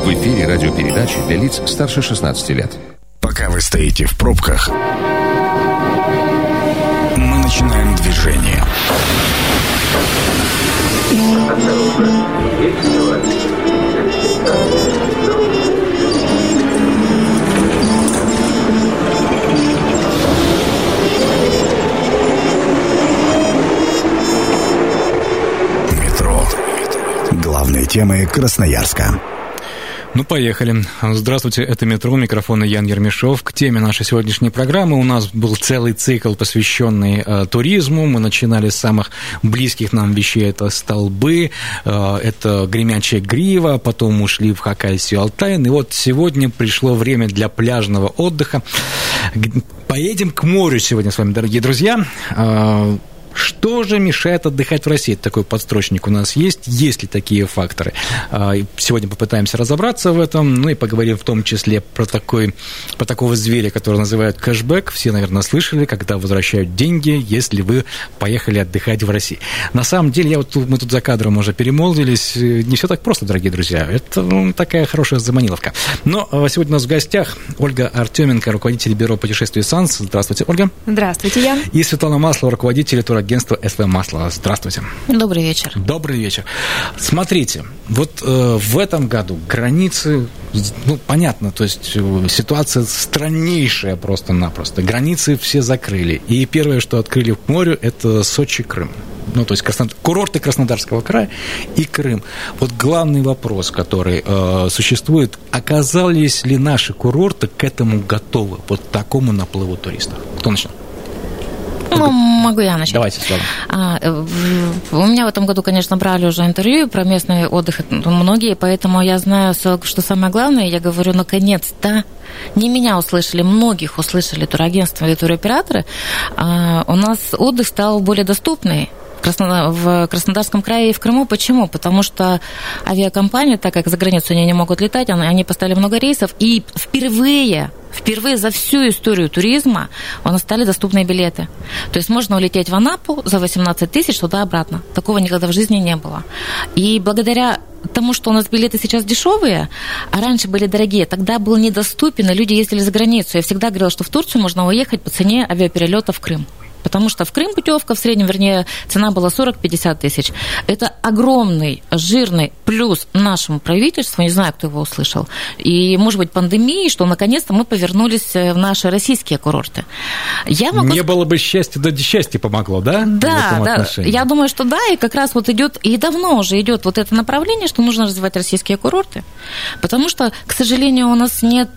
В эфире радиопередачи для лиц старше 16 лет. Пока вы стоите в пробках, мы начинаем движение. Метро. Главные темы Красноярска. Ну, поехали. Здравствуйте, это «Метро», микрофон Ян Ермешов. К теме нашей сегодняшней программы у нас был целый цикл, посвященный туризму. Мы начинали с самых близких нам вещей. Это столбы, это гремячая грива, потом ушли в Хакасию, Алтай. И вот сегодня пришло время для пляжного отдыха. Поедем к морю сегодня с вами, дорогие друзья. Что же мешает отдыхать в России? Такой подстрочник у нас есть. Есть ли такие факторы? Сегодня попытаемся разобраться в этом, ну и поговорим в том числе про такого зверя, который называют кэшбэк. Все, наверное, слышали, когда возвращают деньги, если вы поехали отдыхать в России. На самом деле, мы тут за кадром уже перемолвились, не все так просто, дорогие друзья. Это такая хорошая заманиловка. Но сегодня у нас в гостях Ольга Артеменко, руководитель бюро путешествий «Санс». Здравствуйте, Ольга. Здравствуйте, Ян. И Светлана Маслова, руководитель турагентства СВ Масло. Здравствуйте. Добрый вечер. Добрый вечер. Смотрите, вот в этом году границы, понятно, то есть ситуация страннейшая просто-напросто. Границы все закрыли. И первое, что открыли к морю, это Сочи, Крым. То есть курорты Краснодарского края и Крым. Вот главный вопрос, который существует, оказались ли наши курорты к этому готовы, вот такому наплыву туристов? Кто начнет? Могу я начать. Давайте, Слава. У меня в этом году, конечно, брали уже интервью про местный отдых многие, поэтому я знаю, что самое главное, я говорю, наконец-то, не меня услышали, многих услышали турагентства и туроператоры, у нас отдых стал более доступный в Краснодарском крае и в Крыму. Почему? Потому что авиакомпании, так как за границу они не могут летать, они поставили много рейсов, и впервые за всю историю туризма у нас стали доступные билеты. То есть можно улететь в Анапу за 18 тысяч туда-обратно. Такого никогда в жизни не было. И благодаря тому, что у нас билеты сейчас дешевые, а раньше были дорогие, тогда был недоступен, и люди ездили за границу. Я всегда говорила, что в Турцию можно уехать по цене авиаперелета в Крым. Потому что в Крым путевка в среднем, цена была 40-50 тысяч. Это огромный, жирный плюс нашему правительству, не знаю, кто его услышал, и, может быть, пандемии, что наконец-то мы повернулись в наши российские курорты. Не было бы счастья, да счастье помогло, да? Да, я думаю, что да, и как раз вот идет, и давно уже идет вот это направление, что нужно развивать российские курорты, потому что, к сожалению, у нас нет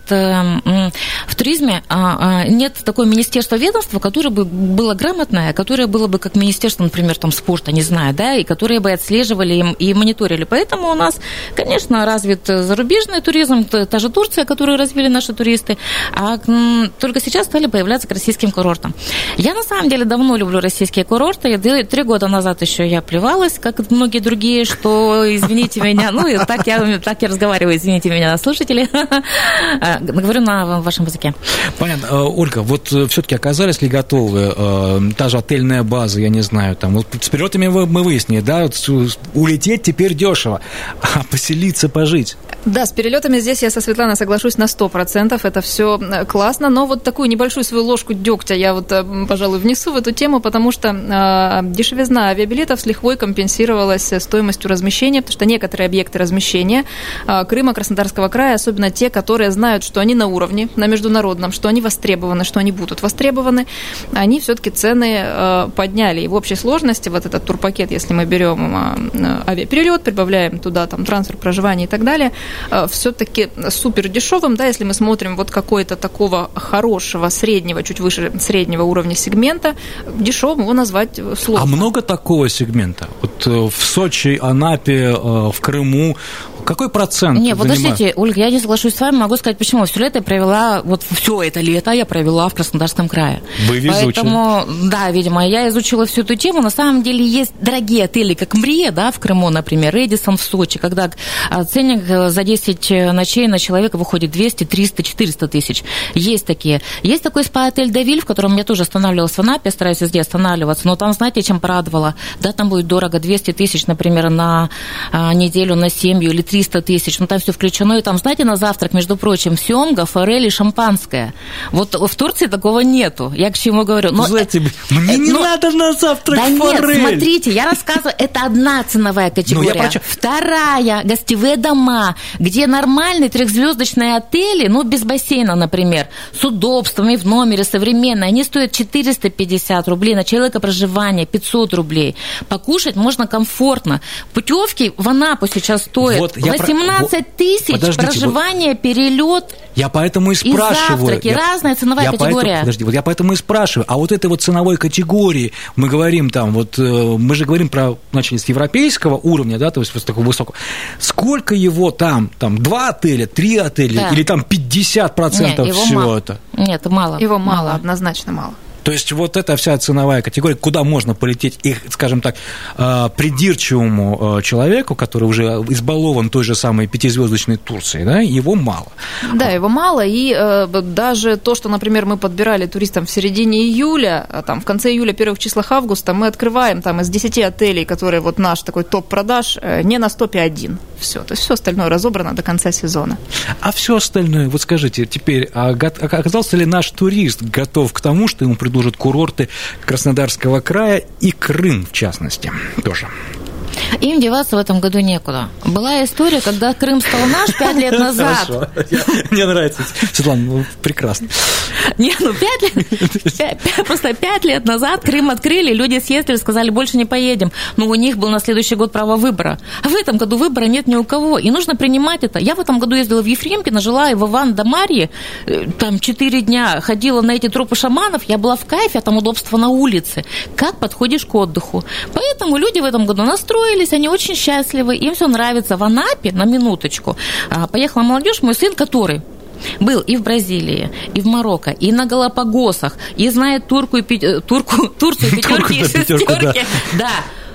в туризме, нет такого министерства, ведомства, которое бы было грамотное, которое было бы как министерство, например, спорта, не знаю, да, и которые бы отслеживали и мониторили. Поэтому у нас, конечно, развит зарубежный туризм, та же Турция, которую развили наши туристы, а только сейчас стали появляться к российским курортам. Я, на самом деле, давно люблю российские курорты. 3 года назад еще я плевалась, как и многие другие, что, извините меня, так я разговариваю, извините меня, слушатели, говорю на вашем языке. Понятно. Ольга, вот все-таки оказались ли готовы та же отельная база, я не знаю, с перелетами мы выяснили, да, улететь теперь дешево, а поселиться, пожить. Да, с перелетами здесь я со Светланой соглашусь на 100%, это все классно, но вот такую небольшую свою ложку дегтя я пожалуй, внесу в эту тему, потому что дешевизна авиабилетов с лихвой компенсировалась стоимостью размещения, потому что некоторые объекты размещения Крыма, Краснодарского края, особенно те, которые знают, что они на уровне, на международном, что они востребованы, что они будут востребованы, они все-таки цены подняли. И в общей сложности вот этот турпакет, если мы берем авиаперелет, прибавляем туда трансфер, проживание и так далее, все-таки супер дешевым, да, если мы смотрим вот какой-то такого хорошего, среднего, чуть выше среднего уровня сегмента, дешевым его назвать сложно. А много такого сегмента? Вот в Сочи, Анапе, в Крыму какой процент? Нет, подождите, Ольга, я не соглашусь с вами, могу сказать, почему. Все это лето я провела в Краснодарском крае. Вы везучая. Поэтому, да, видимо, я изучила всю эту тему. На самом деле есть дорогие отели, как Мрия, да, в Крыму, например, Эдисон в Сочи, когда ценник за 10 ночей на человека выходит 200, 300, 400 тысяч. Есть такие. Есть такой спа-отель «Девиль», в котором я тоже останавливалась в Анапе, я стараюсь везде останавливаться, но там, знаете, чем порадовала? Да, там будет дорого, 200 тысяч, например, на неделю, на семью, или 300 300 тысяч, но там все включено, и там, знаете, на завтрак, между прочим, семга, форель и шампанское. Вот в Турции такого нету, я к чему говорю. Но, знаете, мне не надо на завтрак форель. Нет, смотрите, я рассказываю, это одна ценовая категория. Вторая, гостевые дома, где нормальные трехзвездочные отели, ну, без бассейна, например, с удобствами в номере, современные, они стоят 450 рублей, на человека проживание 500 рублей. Покушать можно комфортно. Путевки в Анапу сейчас стоят 18 тысяч, проживание, перелет. Я поэтому и спрашиваю. И завтраки, разная ценовая категория. Я поэтому и спрашиваю. А вот этой вот ценовой категории, мы говорим там, вот мы же говорим про, значит, с европейского уровня, да, то есть вот такого высокого. Сколько его там 2 отеля, 3 отеля, или там 50% всего это? Нет, мало. Его мало, однозначно мало. То есть вот эта вся ценовая категория, куда можно полететь и, скажем так, придирчивому человеку, который уже избалован той же самой 5-звездочной Турцией, да, его мало. Да, его мало, и даже то, что, например, мы подбирали туристам в середине июля, там, в конце июля, первых числах августа, мы открываем там из 10 отелей, которые вот наш такой топ-продаж, не на стопе один. Все, то есть все остальное разобрано до конца сезона. А все остальное, вот скажите, теперь, оказался ли наш турист готов к тому, что ему предложат курорты Краснодарского края и Крым, в частности, тоже? Им деваться в этом году некуда. Была история, когда Крым стал наш 5 лет назад. Хорошо. Мне нравится. Светлана, прекрасно. Не, 5 лет назад Крым открыли, люди съездили, сказали, больше не поедем. Но у них был на следующий год право выбора. А в этом году выбора нет ни у кого. И нужно принимать это. Я в этом году ездила в Ефремкино, жила в Иван-да-Марье, там 4 дня ходила на эти тропы шаманов, я была в кайфе, а там удобство на улице. Как подходишь к отдыху? Поэтому люди в этом году настроились, они очень счастливы, им все нравится. В Анапе, на минуточку, поехала молодежь, мой сын, который был и в Бразилии, и в Марокко, и на Галапагосах, и знает Турцию, пятерки и шестерки. Да.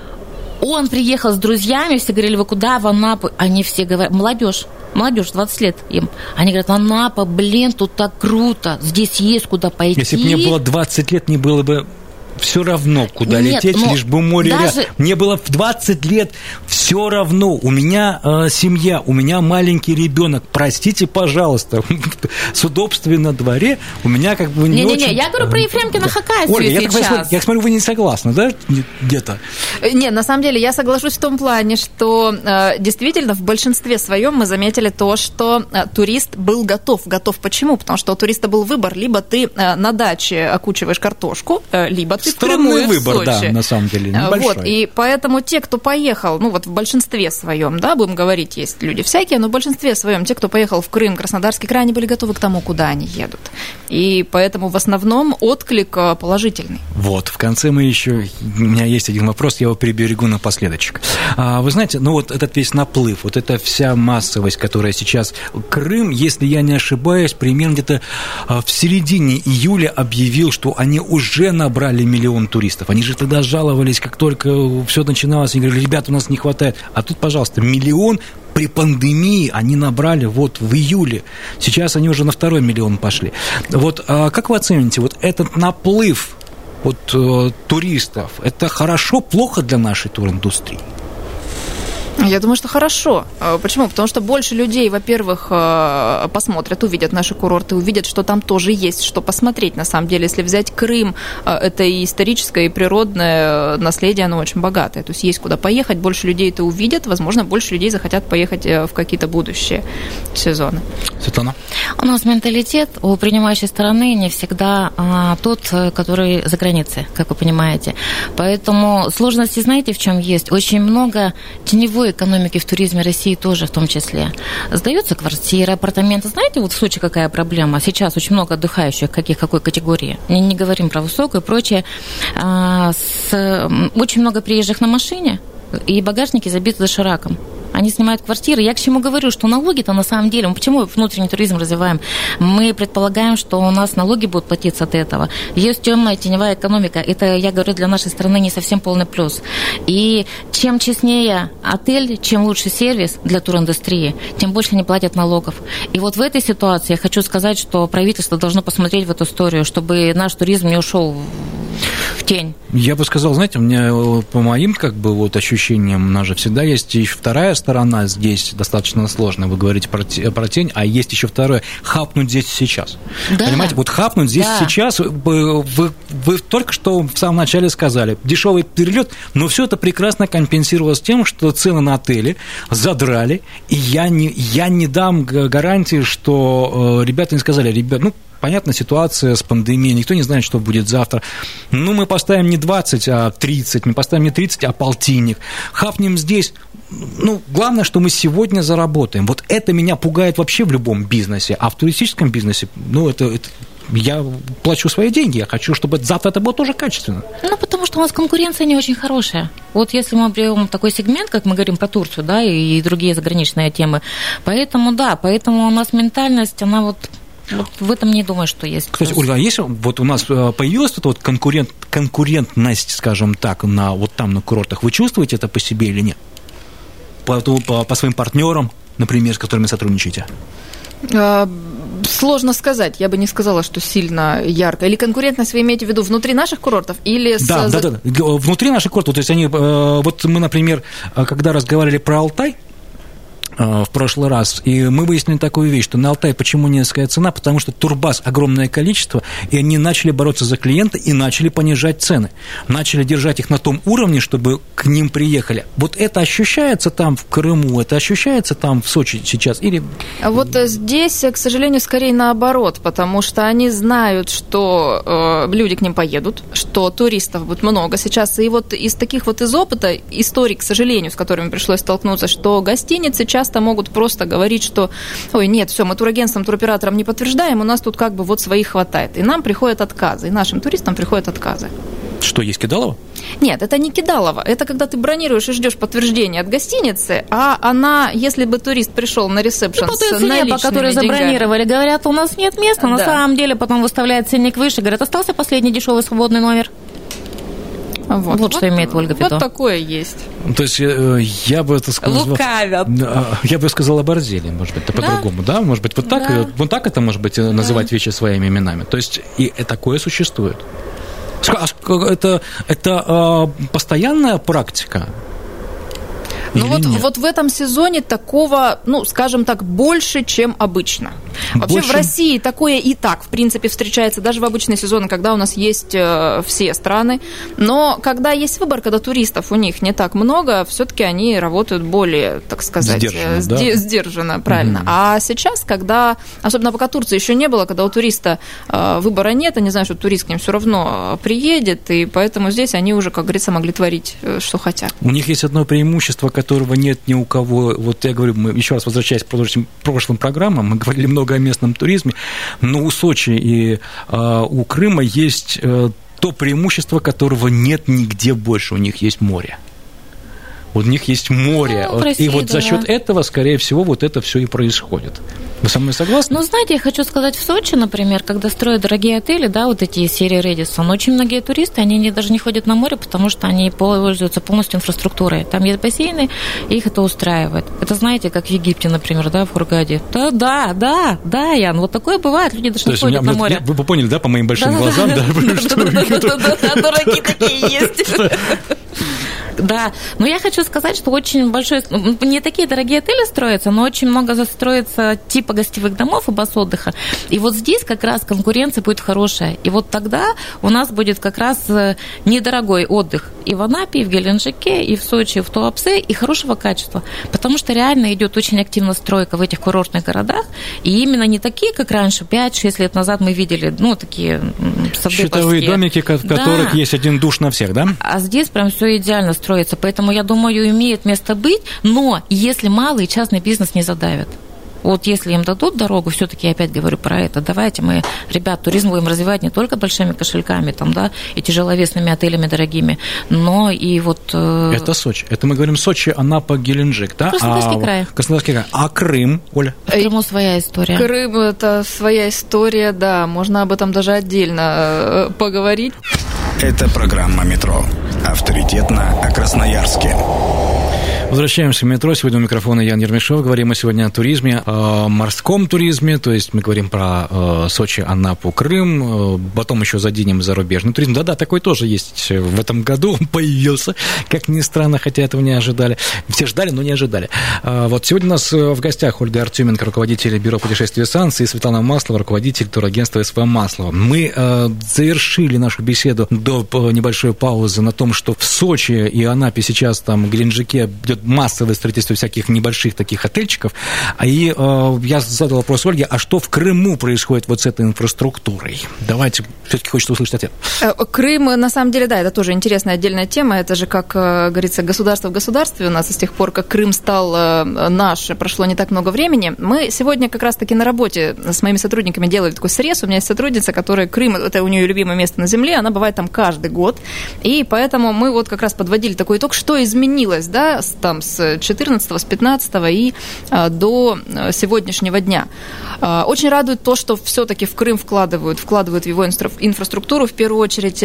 Он приехал с друзьями, все говорили, вы куда, в Анапу? Они все говорят, молодежь, 20 лет им. Они говорят, Анапа, блин, тут так круто, здесь есть куда пойти. Если бы мне было 20 лет, не было бы все равно, куда лететь, лишь бы море рядом. Мне было в 20 лет все равно. У меня семья, у меня маленький ребенок. Простите, пожалуйста, с удобствами на дворе у меня как бы не очень... Не, я говорю про Ефремкино-Хакасию сейчас. Я смотрю, вы не согласны, да, где-то? Нет, на самом деле я соглашусь в том плане, что действительно в большинстве своем мы заметили то, что турист был готов. Готов почему? Потому что у туриста был выбор. Либо ты на даче окучиваешь картошку, либо ты в Крыму и в Сочи. Да, на самом деле, небольшой. Вот, и поэтому те, кто поехал, ну вот в большинстве своем, да, будем говорить, есть люди всякие, но в большинстве своем те, кто поехал в Крым, Краснодарский край, они были готовы к тому, куда они едут. И поэтому в основном отклик положительный. Вот, в конце у меня есть один вопрос, я его приберегу напоследочек. Вы знаете, ну вот этот весь наплыв, вот эта вся массовость, которая сейчас... Крым, если я не ошибаюсь, примерно где-то в середине июля объявил, что они уже набрали 1 миллион туристов. Они же тогда жаловались, как только все начиналось, они говорили, ребят, у нас не хватает. А тут, пожалуйста, 1 миллион при пандемии они набрали вот в июле. Сейчас они уже на 2 миллион пошли. Вот как вы оцените вот этот наплыв туристов? Это хорошо, плохо для нашей туриндустрии? Я думаю, что хорошо. Почему? Потому что больше людей, во-первых, посмотрят, увидят наши курорты, увидят, что там тоже есть что посмотреть. На самом деле, если взять Крым, это и историческое, и природное наследие, оно очень богатое. То есть есть куда поехать, больше людей это увидят, возможно, больше людей захотят поехать в какие-то будущие сезоны. Светлана? У нас менталитет у принимающей стороны не всегда тот, который за границей, как вы понимаете. Поэтому сложности, знаете, в чем есть? Очень много теневой экономики в туризме России тоже в том числе. Сдаются квартиры, апартаменты. Знаете, вот в Сочи какая проблема? Сейчас очень много отдыхающих, какой категории. Не говорим про высокую и прочее. Очень много приезжих на машине, и багажники забиты дошираком. Они снимают квартиры. Я к чему говорю, что налоги-то на самом деле... Почему внутренний туризм развиваем? Мы предполагаем, что у нас налоги будут платиться от этого. Есть темная теневая экономика. Это, я говорю, для нашей страны не совсем полный плюс. И чем честнее отель, чем лучше сервис для туриндустрии, тем больше они платят налогов. И вот в этой ситуации я хочу сказать, что правительство должно посмотреть в эту историю, чтобы наш туризм не ушел в тень. Я бы сказал, знаете, у меня по моим ощущениям, у нас же всегда есть и вторая сторона здесь достаточно сложная. Вы говорите про тень, а есть еще второе – хапнуть здесь сейчас. Да. Понимаете, вот хапнуть здесь сейчас, вы только что в самом начале сказали, дешевый перелет, но все это прекрасно компенсировалось тем, что цены на отели задрали, и я не дам гарантии, что ребята не сказали, понятно, ситуация с пандемией, никто не знает, что будет завтра. Мы поставим не 20, а 30, мы поставим не 30, а полтинник. Хапнем здесь. Главное, что мы сегодня заработаем. Вот это меня пугает вообще в любом бизнесе. А в туристическом бизнесе, я плачу свои деньги, я хочу, чтобы завтра это было тоже качественно. Потому что у нас конкуренция не очень хорошая. Вот если мы берем такой сегмент, как мы говорим про Турцию, да, и другие заграничные темы, поэтому у нас ментальность, она вот в этом не думаю, что есть. Кстати, Ольга, а если вот у нас появилась эта вот конкурентность, скажем так, там на курортах, вы чувствуете это по себе или нет? По своим партнерам, например, с которыми сотрудничаете? Сложно сказать. Я бы не сказала, что сильно ярко. Или конкурентность вы имеете в виду внутри наших курортов? Или Да. Внутри наших курортов. То есть вот мы, например, когда разговаривали про Алтай в прошлый раз, и мы выяснили такую вещь, что на Алтай почему низкая цена, потому что турбаз огромное количество, и они начали бороться за клиента и начали понижать цены, начали держать их на том уровне, чтобы к ним приехали. Вот это ощущается там в Крыму, это ощущается там в Сочи сейчас? Или... Вот здесь, к сожалению, скорее наоборот, потому что они знают, что люди к ним поедут, что туристов будет много сейчас, и вот из опыта историй, к сожалению, с которыми пришлось столкнуться, что гостиницы часто могут просто говорить, что ой, нет, все, мы турагентством, туроператорам не подтверждаем, у нас тут своих хватает. И нам приходят отказы, и нашим туристам приходят отказы. Что, есть кидалово? Нет, это не кидалово. Это когда ты бронируешь и ждешь подтверждения от гостиницы, а она, если бы турист пришел на ресепшн с наличными по которой забронировали, говорят, у нас нет места, на самом деле потом выставляют ценник выше, говорят, остался последний дешевый свободный номер. Вот что имеет Ольга Пито. Вот такое есть. То есть я бы это сказал... Лукавят. Я бы сказал оборзели, может быть, по-другому, да? Может быть, вот так это, может быть, называть вещи своими именами. То есть и такое существует. Это постоянная практика? Вот в этом сезоне такого, скажем так, больше, чем обычно. Вообще в России такое и так, в принципе, встречается даже в обычные сезоны, когда у нас есть все страны. Но когда есть выбор, когда туристов у них не так много, все-таки они работают более, так сказать, сдержанно, правильно. А сейчас, когда, особенно пока Турции еще не было, когда у туриста выбора нет, они знают, что турист к ним все равно приедет, и поэтому здесь они уже, как говорится, могли творить, что хотят. У них есть одно преимущество, которого нет ни у кого. Вот я говорю, мы еще раз возвращаясь к прошлым программам, мы говорили много о местном туризме, но у Сочи и у Крыма есть то преимущество, которого нет нигде больше. У них есть море. У них есть море. И вот за счет этого, скорее всего, вот это все и происходит. Вы со мной согласны? Знаете, я хочу сказать, в Сочи, например, когда строят дорогие отели, да, вот эти серии Рэдиссон, очень многие туристы, они даже не ходят на море, потому что они пользуются полностью инфраструктурой. Там есть бассейны, и их это устраивает. Это, знаете, как в Египте, например, да, в Хургаде. Да, Ян, вот такое бывает, люди даже не ходят на море. Вы поняли, да, по моим большим глазам, да? Да, дураки такие есть. Да, но я хочу сказать, что очень большой, не такие дорогие отели строятся, но очень много застроится типа гостевых домов и баз отдыха. И вот здесь как раз конкуренция будет хорошая. И вот тогда у нас будет как раз недорогой отдых и в Анапе, и в Геленджике, и в Сочи, и в Туапсе, и хорошего качества. Потому что реально идет очень активная стройка в этих курортных городах. И именно не такие, как раньше, 5-6 лет назад мы видели, такие сады. Щитовые домики, в которых есть один душ на всех, да? А здесь прям все идеально строится. Поэтому, я думаю, имеет место быть, но если малый частный бизнес не задавит. Вот если им дадут дорогу, все-таки я опять говорю про это, давайте мы, ребят, туризм будем развивать не только большими кошельками там, да, и тяжеловесными отелями дорогими, но и вот... Это Сочи. Это мы говорим Сочи, Анапа, Геленджик, да? Краснодарский край. Краснодарский край. А Крым, Оля? В Крыму своя история. Крым – это своя история, да, можно об этом даже отдельно поговорить. Это программа «Метро». Авторитетно о Красноярске. Возвращаемся в метро. Сегодня у микрофона Ян Ермешов. Говорим мы сегодня о туризме, о морском туризме. То есть мы говорим про Сочи, Анапу, Крым. Потом еще заденем зарубежный туризм. Да-да, такой тоже есть в этом году. Он появился, как ни странно, хотя этого не ожидали. Все ждали, но не ожидали. Вот сегодня у нас в гостях Ольга Артеменко, руководитель бюро путешествий «Санс», и Светлана Маслова, руководитель турагентства СВ «Маслова». Мы завершили нашу беседу до небольшой паузы на том, что в Сочи и Анапе сейчас там в Геленджике идет массовое строительство всяких небольших таких отельчиков. И я задал вопрос Ольге, а что в Крыму происходит вот с этой инфраструктурой? Давайте, все-таки хочется услышать ответ. Крым, на самом деле, да, это тоже интересная отдельная тема. Это же, как говорится, государство в государстве у нас. И с тех пор, как Крым стал наш, прошло не так много времени. Мы сегодня как раз-таки на работе с моими сотрудниками делали такой срез. У меня есть сотрудница, которая Крым, это у нее любимое место на земле, она бывает там каждый год. И поэтому мы вот как раз подводили такой итог, что изменилось, да, там с 14, с 15 и до сегодняшнего дня. Очень радует то, что все-таки в Крым вкладывают в его инфраструктуру, в первую очередь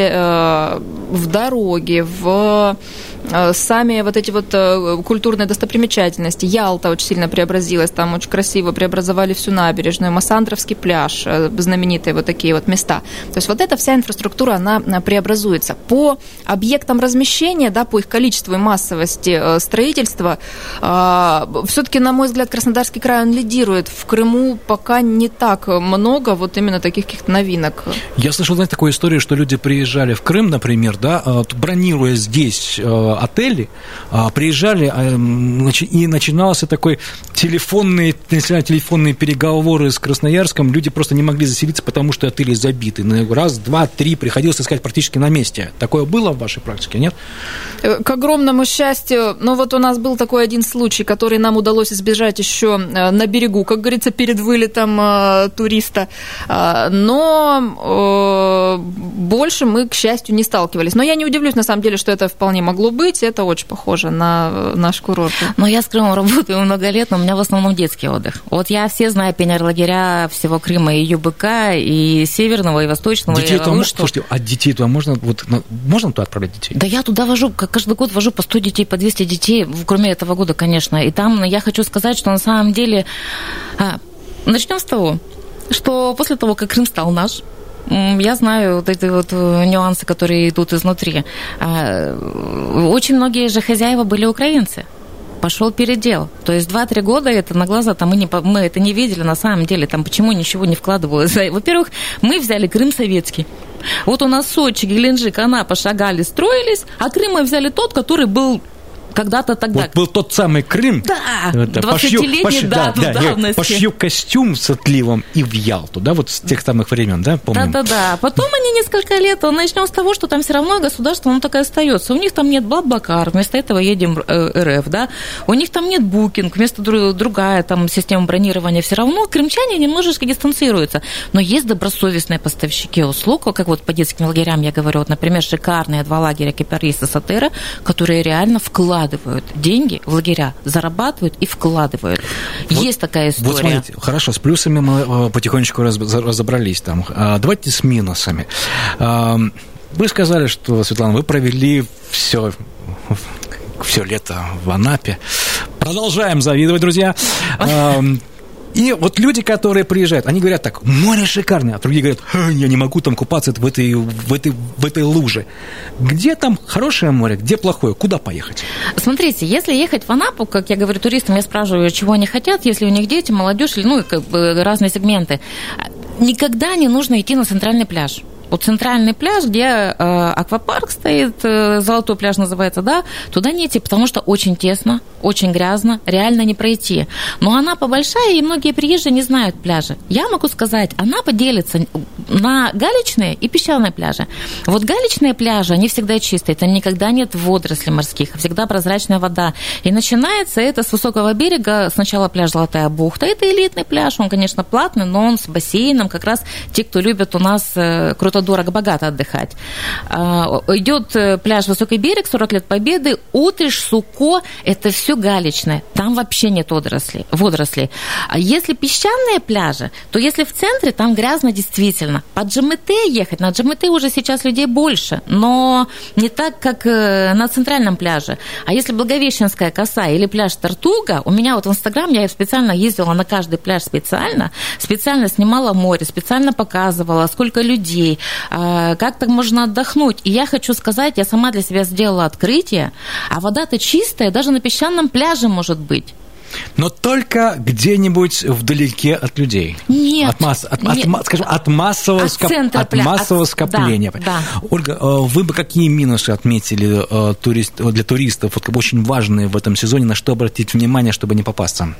в дороги, в сами вот эти вот культурные достопримечательности. Ялта очень сильно преобразилась, там очень красиво преобразовали всю набережную, Массандровский пляж, знаменитые вот такие вот места. То есть вот эта вся инфраструктура, она преобразуется. По объектам размещения, да, по их количеству и массовости строительства, все-таки, на мой взгляд, Краснодарский край, он лидирует. В Крыму пока не так много вот именно таких каких-то новинок. Я слышал, знаете, такую историю, что люди приезжали в Крым, например, да, бронируя здесь отели, приезжали, и начинался такой телефонные переговоры с Красноярском. Люди просто не могли заселиться, потому что отели забиты. Раз, два, три, приходилось искать практически на месте. Такое было в вашей практике, нет? К огромному счастью, ну вот у нас был такой один случай, который нам удалось избежать еще на берегу, как говорится, перед вылетом туриста. Но больше мы, к счастью, не сталкивались. Но я не удивлюсь, на самом деле, что это вполне могло быть. Это очень похоже на наш курорт. Но я с Крымом работаю много лет, но у меня в основном детский отдых. Вот я все знаю пионерлагеря всего Крыма, и ЮБК, и Северного, и Восточного. Детей туда слушайте, а детей туда можно туда отправлять детей? Да я туда вожу, каждый год вожу по 100 детей, по 200 детей, кроме этого года, конечно. И там я хочу сказать, что на самом деле... Начнем с того, что после того, как Крым стал наш, я знаю вот эти вот нюансы, которые идут изнутри. Очень многие же хозяева были украинцы. Пошел передел. То есть 2-3 года это на глаза там мы это не видели на самом деле. Там почему ничего не вкладывалось? Во-первых, мы взяли Крым советский. Вот у нас Сочи, Геленджик, Анапа шагали, строились, а Крым мы взяли тот, который был когда-то тогда. Вот был тот самый Крым. Да, 20-летней давности. Пошью костюм с отливом и в Ялту, да, вот с тех самых времен, да, помним? Да. Потом они несколько лет, начнем с того, что там все равно государство, оно такое остается. У них там нет Блаблакар, вместо этого едем РФ, да. У них там нет Букинг, вместо другая там система бронирования. Все равно крымчане немножечко дистанцируются. Но есть добросовестные поставщики услуг, как вот по детским лагерям я говорю, вот, например, шикарные 2 лагеря Кипарис и Сатера, которые реально вкладывают деньги в лагеря, зарабатывают и вкладывают. Вот, есть такая история. Вот смотрите, хорошо, с плюсами мы потихонечку разобрались там. Давайте с минусами. Вы сказали, что, Светлана, вы провели все лето в Анапе. Продолжаем завидовать, друзья. И вот люди, которые приезжают, они говорят так: море шикарное, а другие говорят: я не могу там купаться в этой луже. Где там хорошее море, где плохое, куда поехать? Смотрите, если ехать в Анапу, как я говорю туристам, я спрашиваю, чего они хотят, если у них дети, молодежь, как бы разные сегменты. Никогда не нужно идти на центральный пляж. Вот центральный пляж, где аквапарк стоит, Золотой пляж называется, да, туда не идти, потому что очень тесно, очень грязно, реально не пройти. Но Анапа большая, и многие приезжие не знают пляжи. Я могу сказать, Анапа делится на галечные и песчаные пляжи. Вот галечные пляжи, они всегда чистые, там никогда нет водорослей морских, всегда прозрачная вода. И начинается это с высокого берега, сначала пляж Золотая бухта, это элитный пляж, он, конечно, платный, но он с бассейном, как раз те, кто любит у нас круто, дорого, богато отдыхать. Идет пляж Высокий берег, 40 лет Победы, Утриш, Суко, это все галечное. Там вообще нет водорослей. А если песчаные пляжи, то если в центре, там грязно действительно. правильно. По ЖМТ ехать, на ЖМТ уже сейчас людей больше, но не так, как на центральном пляже. А если Благовещенская коса или пляж Тартуга, у меня вот в Инстаграм, я специально ездила на каждый пляж специально снимала море, специально показывала, сколько людей, как так можно отдохнуть. И я хочу сказать, я сама для себя сделала открытие, а вода-то чистая, даже на песчаном пляже может быть. Но только где-нибудь вдалеке от людей. Нет. От массового скопления. Да. Ольга, вы бы какие минусы отметили для туристов, вот, очень важные в этом сезоне, на что обратить внимание, чтобы не попасться?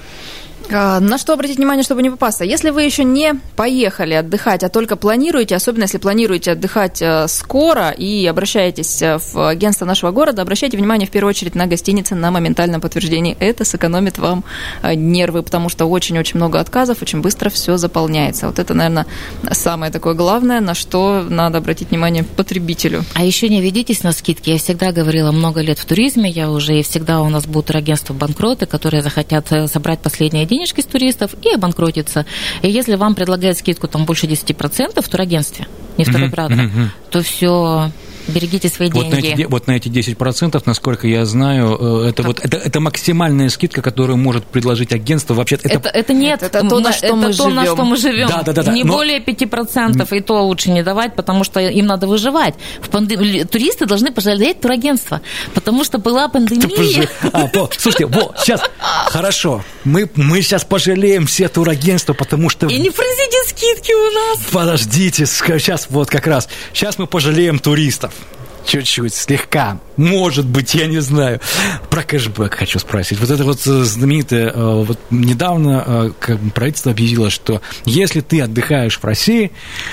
На что обратить внимание, чтобы не попасться? Если вы еще не поехали отдыхать, а только планируете, особенно если планируете отдыхать скоро и обращаетесь в агентство нашего города, обращайте внимание в первую очередь на гостиницы на моментальном подтверждении. Это сэкономит вам нервы, потому что очень-очень много отказов, очень быстро все заполняется. Вот это, наверное, самое такое главное, на что надо обратить внимание потребителю. А еще не ведитесь на скидки. Я всегда говорила, много лет в туризме я уже, и всегда у нас будут турагентства-банкроты, которые захотят собрать последние денежки с туристов и обанкротиться. И если вам предлагают скидку там больше 10% в турагентстве, не в туроператоре, то все, берегите свои деньги. Вот на эти 10%, насколько я знаю, это максимальная скидка, которую может предложить агентство. Вообще, это нет, это то, на что мы живем. Да. Не более 5%, и то лучше не давать, потому что им надо выживать. Туристы должны пожалеть турагентство, потому что была пандемия. Слушайте, сейчас, хорошо, мы сейчас пожалеем все турагентства, потому что... И не просите скидки у нас. Подождите, сейчас вот как раз. Сейчас мы пожалеем туристов. Чуть-чуть, слегка. Может быть, я не знаю. Про кэшбэк хочу спросить. Вот это вот знаменитое... Вот недавно правительство объявило, что если ты отдыхаешь в России,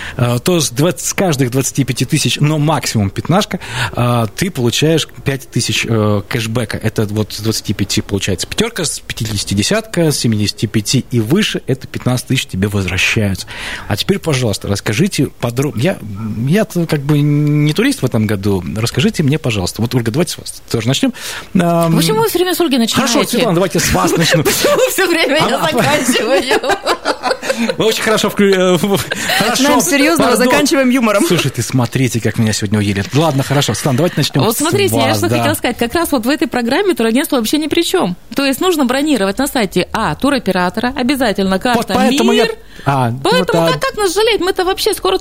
то с каждых 25 тысяч, но максимум 15, ты получаешь 5 тысяч кэшбэка. Это вот с 25 получается пятерка, с 50 десятка, с 75 и выше это 15 тысяч тебе возвращаются. А теперь, пожалуйста, расскажите подробно. Я как бы не турист в этом году. Расскажите мне, пожалуйста. Вот, Ольга, давайте с вас тоже начнем. Почему вы все время с Ольги начинаете? Хорошо, Светлана, давайте с вас начну. Все время я заканчиваю. Вы очень хорошо... Начинаем с серьезного, заканчиваем юмором. Слушайте, смотрите, как меня сегодня уели. Ладно, хорошо, Светлана, давайте начнем. Вот смотрите, я что хотела сказать. Как раз вот в этой программе турагентство вообще ни при чем. То есть нужно бронировать на сайте туроператора, обязательно карта МИР. Поэтому как нас жалеть? Мы-то вообще скоро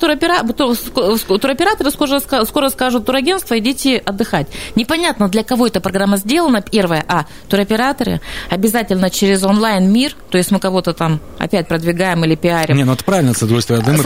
туроператоры скоро скажут: турагентство, идите отдыхать. Непонятно, для кого эта программа сделана. Первое, туроператоры, обязательно через онлайн-мир, то есть мы кого-то там опять продвигаем или пиарим. Не, это правильно, с удовольствием. Мы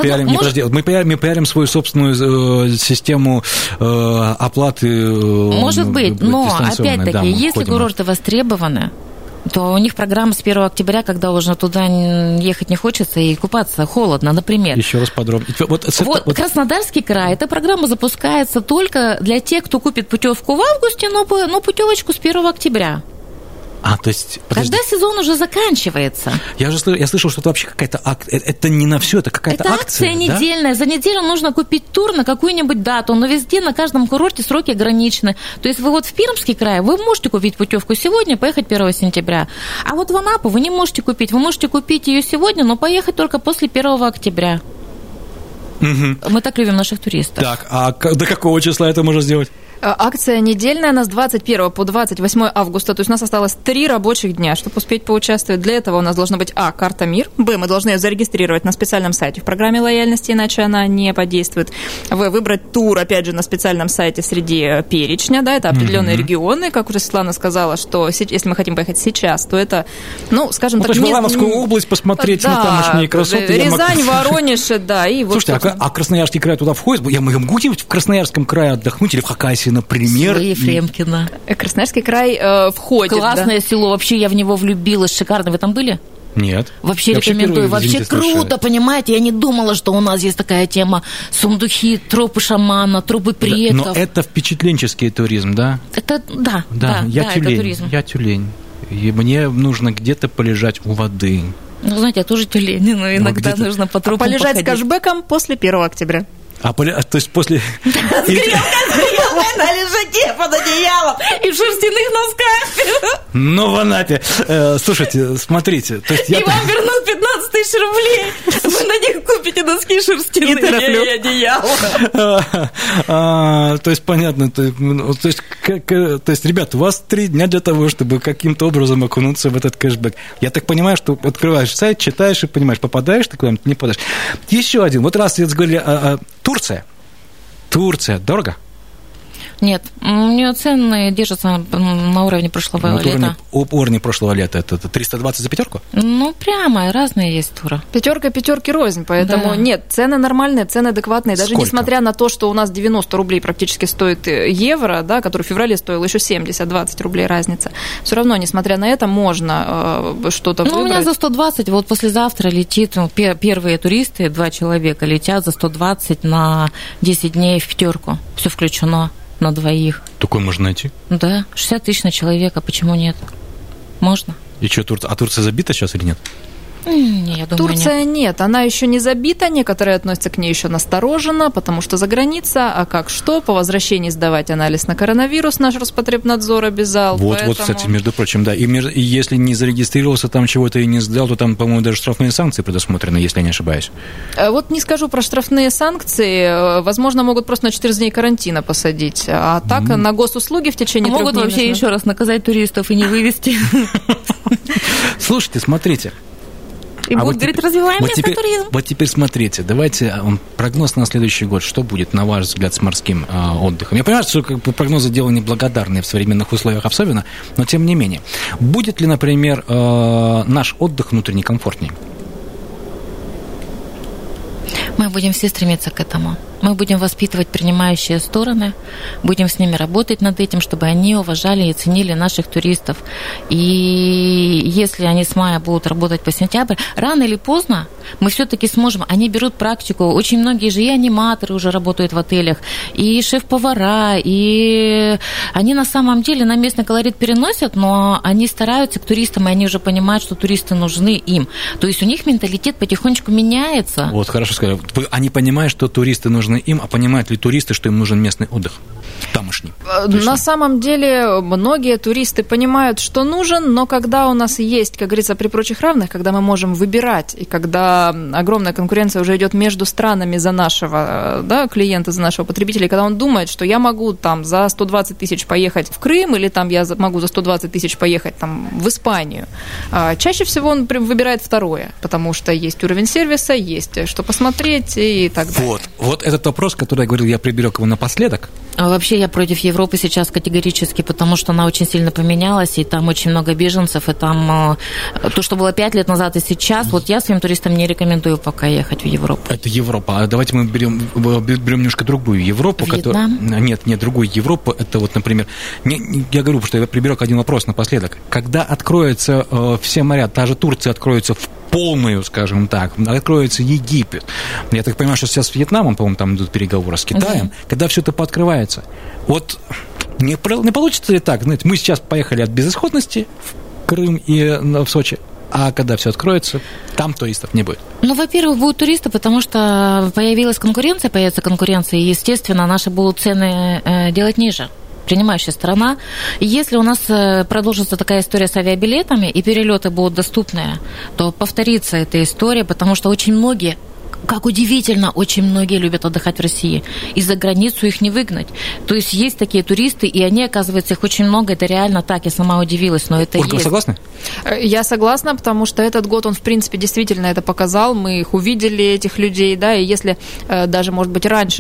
пиарим свою собственную систему оплаты. Может быть, но опять-таки, если курорты востребованы, то у них программа с 1 октября, когда уже туда ехать не хочется и купаться холодно, например. Еще раз подробнее. Краснодарский край, эта программа запускается только для тех, кто купит путевку в августе, но путевочку с 1 октября. То есть... Когда сезон уже заканчивается. Я слышал, что это вообще какая-то акция. Это не на все, это какая-то акция. Это акция недельная. За неделю нужно купить тур на какую-нибудь дату, но везде, на каждом курорте сроки ограничены. То есть вы вот в Пермский край, вы можете купить путевку сегодня, поехать 1 сентября. А вот в Анапу вы не можете купить. Вы можете купить ее сегодня, но поехать только после 1 октября. Угу. Мы так любим наших туристов. Так, а до какого числа это можно сделать? Акция недельная, у нас с 21 по 28 августа, то есть у нас осталось 3 рабочих дня, чтобы успеть поучаствовать. Для этого у нас должна быть карта МИР, мы должны ее зарегистрировать на специальном сайте в программе лояльности, иначе она не подействует. Выбрать тур, опять же, на специальном сайте среди перечня, это определенные регионы, как уже Светлана сказала, что если мы хотим поехать сейчас, то это, скажем так... Милановскую область посмотреть на тамошние красоты. Рязань, Воронеж, и вот... Слушайте, а Красноярский край туда входит? Мы могу в Красноярском крае отдохнуть или в Хакасии, например? Ефремкино. Красноярский край входит. Классное село, вообще я в него влюбилась, шикарно. Вы там были? Нет. Вообще рекомендую. Вообще круто, понимаете? Я не думала, что у нас есть такая тема. Сундуки, тропы шамана, тропы предков. Но это впечатленческий туризм, да? Это, да, это туризм. Я тюлень. И мне нужно где-то полежать у воды. Знаете, я тоже тюлень, но иногда нужно по тропам полежать походить. С кэшбэком после 1 октября. То есть после... С грелкой на лежаке под одеялом и в шерстяных носках. В Анапе. Слушайте, смотрите. И вам вернут 15 тысяч рублей. Вы на них купите носки шерстяные и одеяло. То есть, понятно. То есть, ребят, у вас 3 дня для того, чтобы каким-то образом окунуться в этот кэшбэк. Я так понимаю, что открываешь сайт, читаешь и понимаешь, попадаешь ты куда-нибудь, не попадаешь. Еще один. Вот раз я говорили, Турция. Турция дорого? Нет, у нее цены держатся на уровне прошлого лета. Уровень прошлого лета это 320 за пятерку? Ну, прямо, разные есть туры. Пятерка пятерки рознь, поэтому нет, цены нормальные, цены адекватные. Даже несмотря на то, что у нас 90 рублей практически стоит евро, да, который в феврале стоил еще 70, 20 рублей разница. Все равно, несмотря на это, можно что-то выбрать. У меня за 120, вот послезавтра летит, первые туристы, 2 человека летят за 120 на 10 дней в пятерку. Все включено. На 2. Такой можно найти? Да, 60 тысяч на человека, почему нет? Можно. И что, Турция забита сейчас или нет? Не, я думаю, Турция нет, она еще не забита, некоторые относятся к ней еще настороженно, потому что за граница, а как что, по возвращении сдавать анализ на коронавирус наш Роспотребнадзор обязал. Вот, кстати, между прочим, да, и если не зарегистрировался там чего-то и не сдал, то там, по-моему, даже штрафные санкции предусмотрены, если я не ошибаюсь. Вот не скажу про штрафные санкции, возможно, могут просто на 14 дней карантина посадить, а так на госуслуги в течение 3 дней. Могут вообще еще раз наказать туристов и не вывести. Слушайте, смотрите. И будут говорить, развиваем местный туризм. Вот теперь смотрите, давайте прогноз на следующий год. Что будет, на ваш взгляд, с морским отдыхом? Я понимаю, что прогнозы дело неблагодарные в современных условиях особенно, но тем не менее. Будет ли, например, наш отдых внутренне комфортнее? Мы будем все стремиться к этому. Мы будем воспитывать принимающие стороны, будем с ними работать над этим, чтобы они уважали и ценили наших туристов. И если они с мая будут работать по сентябрь, рано или поздно мы все-таки сможем. Они берут практику. Очень многие же и аниматоры уже работают в отелях, и шеф-повара, и они на самом деле на местный колорит переносят, но они стараются к туристам, и они уже понимают, что туристы нужны им. То есть у них менталитет потихонечку меняется. Вот, хорошо сказали. Они понимают, что туристы нужны им, а понимают ли туристы, что им нужен местный отдых? Тамошний. На самом деле, многие туристы понимают, что нужен, но когда у нас есть, как говорится, при прочих равных, когда мы можем выбирать, и когда огромная конкуренция уже идет между странами за нашего клиента, за нашего потребителя, когда он думает, что я могу там за 120 тысяч поехать в Крым, или там я могу за 120 тысяч поехать там в Испанию, чаще всего он выбирает второе, потому что есть уровень сервиса, есть что посмотреть и так далее. Вот этот вопрос, который я говорил, я приберег его напоследок. Вообще я против Европы сейчас категорически, потому что она очень сильно поменялась, и там очень много беженцев, и там то, что было 5 лет назад и сейчас, вот я своим туристам не рекомендую пока ехать в Европу. Это Европа. А давайте мы берем немножко другую Европу. Вьетнам? Нет, другую Европу. Это вот, например, я говорю, потому что я приберег один вопрос напоследок. Когда откроются все моря, та же Турция откроется в полную, скажем так, откроется Египет. Я так понимаю, что сейчас с Вьетнамом, по-моему, там идут переговоры с Китаем. Когда все это пооткрывается, вот не получится ли так? Знаете, мы сейчас поехали от безысходности в Крым и в Сочи, а когда все откроется, там туристов не будет. Ну, во-первых, будут туристы, потому что появится конкуренция, и, естественно, наши будут цены делать ниже. Принимающая сторона. Если у нас продолжится такая история с авиабилетами и перелеты будут доступные, то повторится эта история, потому что очень многие, как удивительно, очень многие любят отдыхать в России. И за границу их не выгнать. То есть есть такие туристы, и они, оказывается, их очень много. Это реально так, я сама удивилась, но это Ольга, есть. Вы согласны? Я согласна, потому что этот год, он, в принципе, действительно это показал. Мы их увидели, этих людей, да, и если даже, может быть, раньше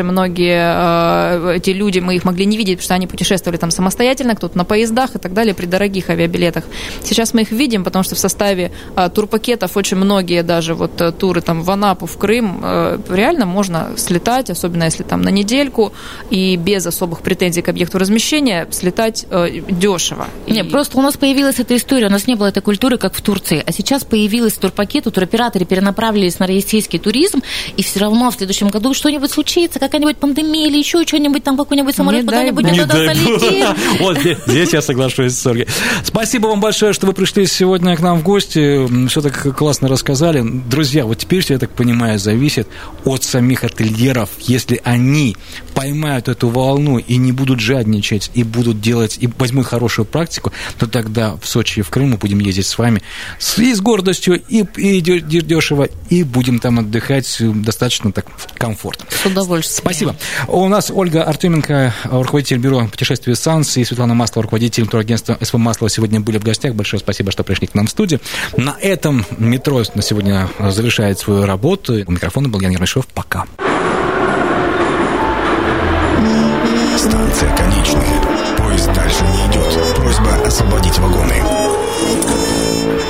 многие эти люди, мы их могли не видеть, потому что они путешествовали там самостоятельно, кто-то на поездах и так далее, при дорогих авиабилетах. Сейчас мы их видим, потому что в составе турпакетов очень многие даже вот туры там в Анапу, в Крым, реально можно слетать, особенно если там на недельку, и без особых претензий к объекту размещения слетать дешево. Нет, просто у нас появилась эта история, у нас не было этой культуры, как в Турции, а сейчас появилась турпакет, туроператоры перенаправились на российский туризм, и все равно в следующем году что-нибудь случится, какая-нибудь пандемия или еще что-нибудь, там какой-нибудь самолет куда-нибудь не туда залетит. Вот здесь я соглашусь с Ольгой. Спасибо вам большое, что вы пришли сегодня к нам в гости, все так классно рассказали. Друзья, вот теперь, я так понимаю, зависит зависит от самих ательеров. Если они поймают эту волну и не будут жадничать, и будут делать, и возьмут хорошую практику, то тогда в Сочи и в Крым мы будем ездить с вами и с гордостью, и дешево, и будем там отдыхать достаточно так комфортно. С удовольствием. Спасибо. У нас Ольга Артеменко, руководитель бюро путешествий «САНС», и Светлана Маслова, руководитель турагентства СВ «Маслова», сегодня были в гостях. Большое спасибо, что пришли к нам в студию. На этом метро на сегодня завершает свою работу. У микрофона был Ян Ермешов. Пока. Станция конечная. Поезд дальше не идет. Просьба освободить вагоны.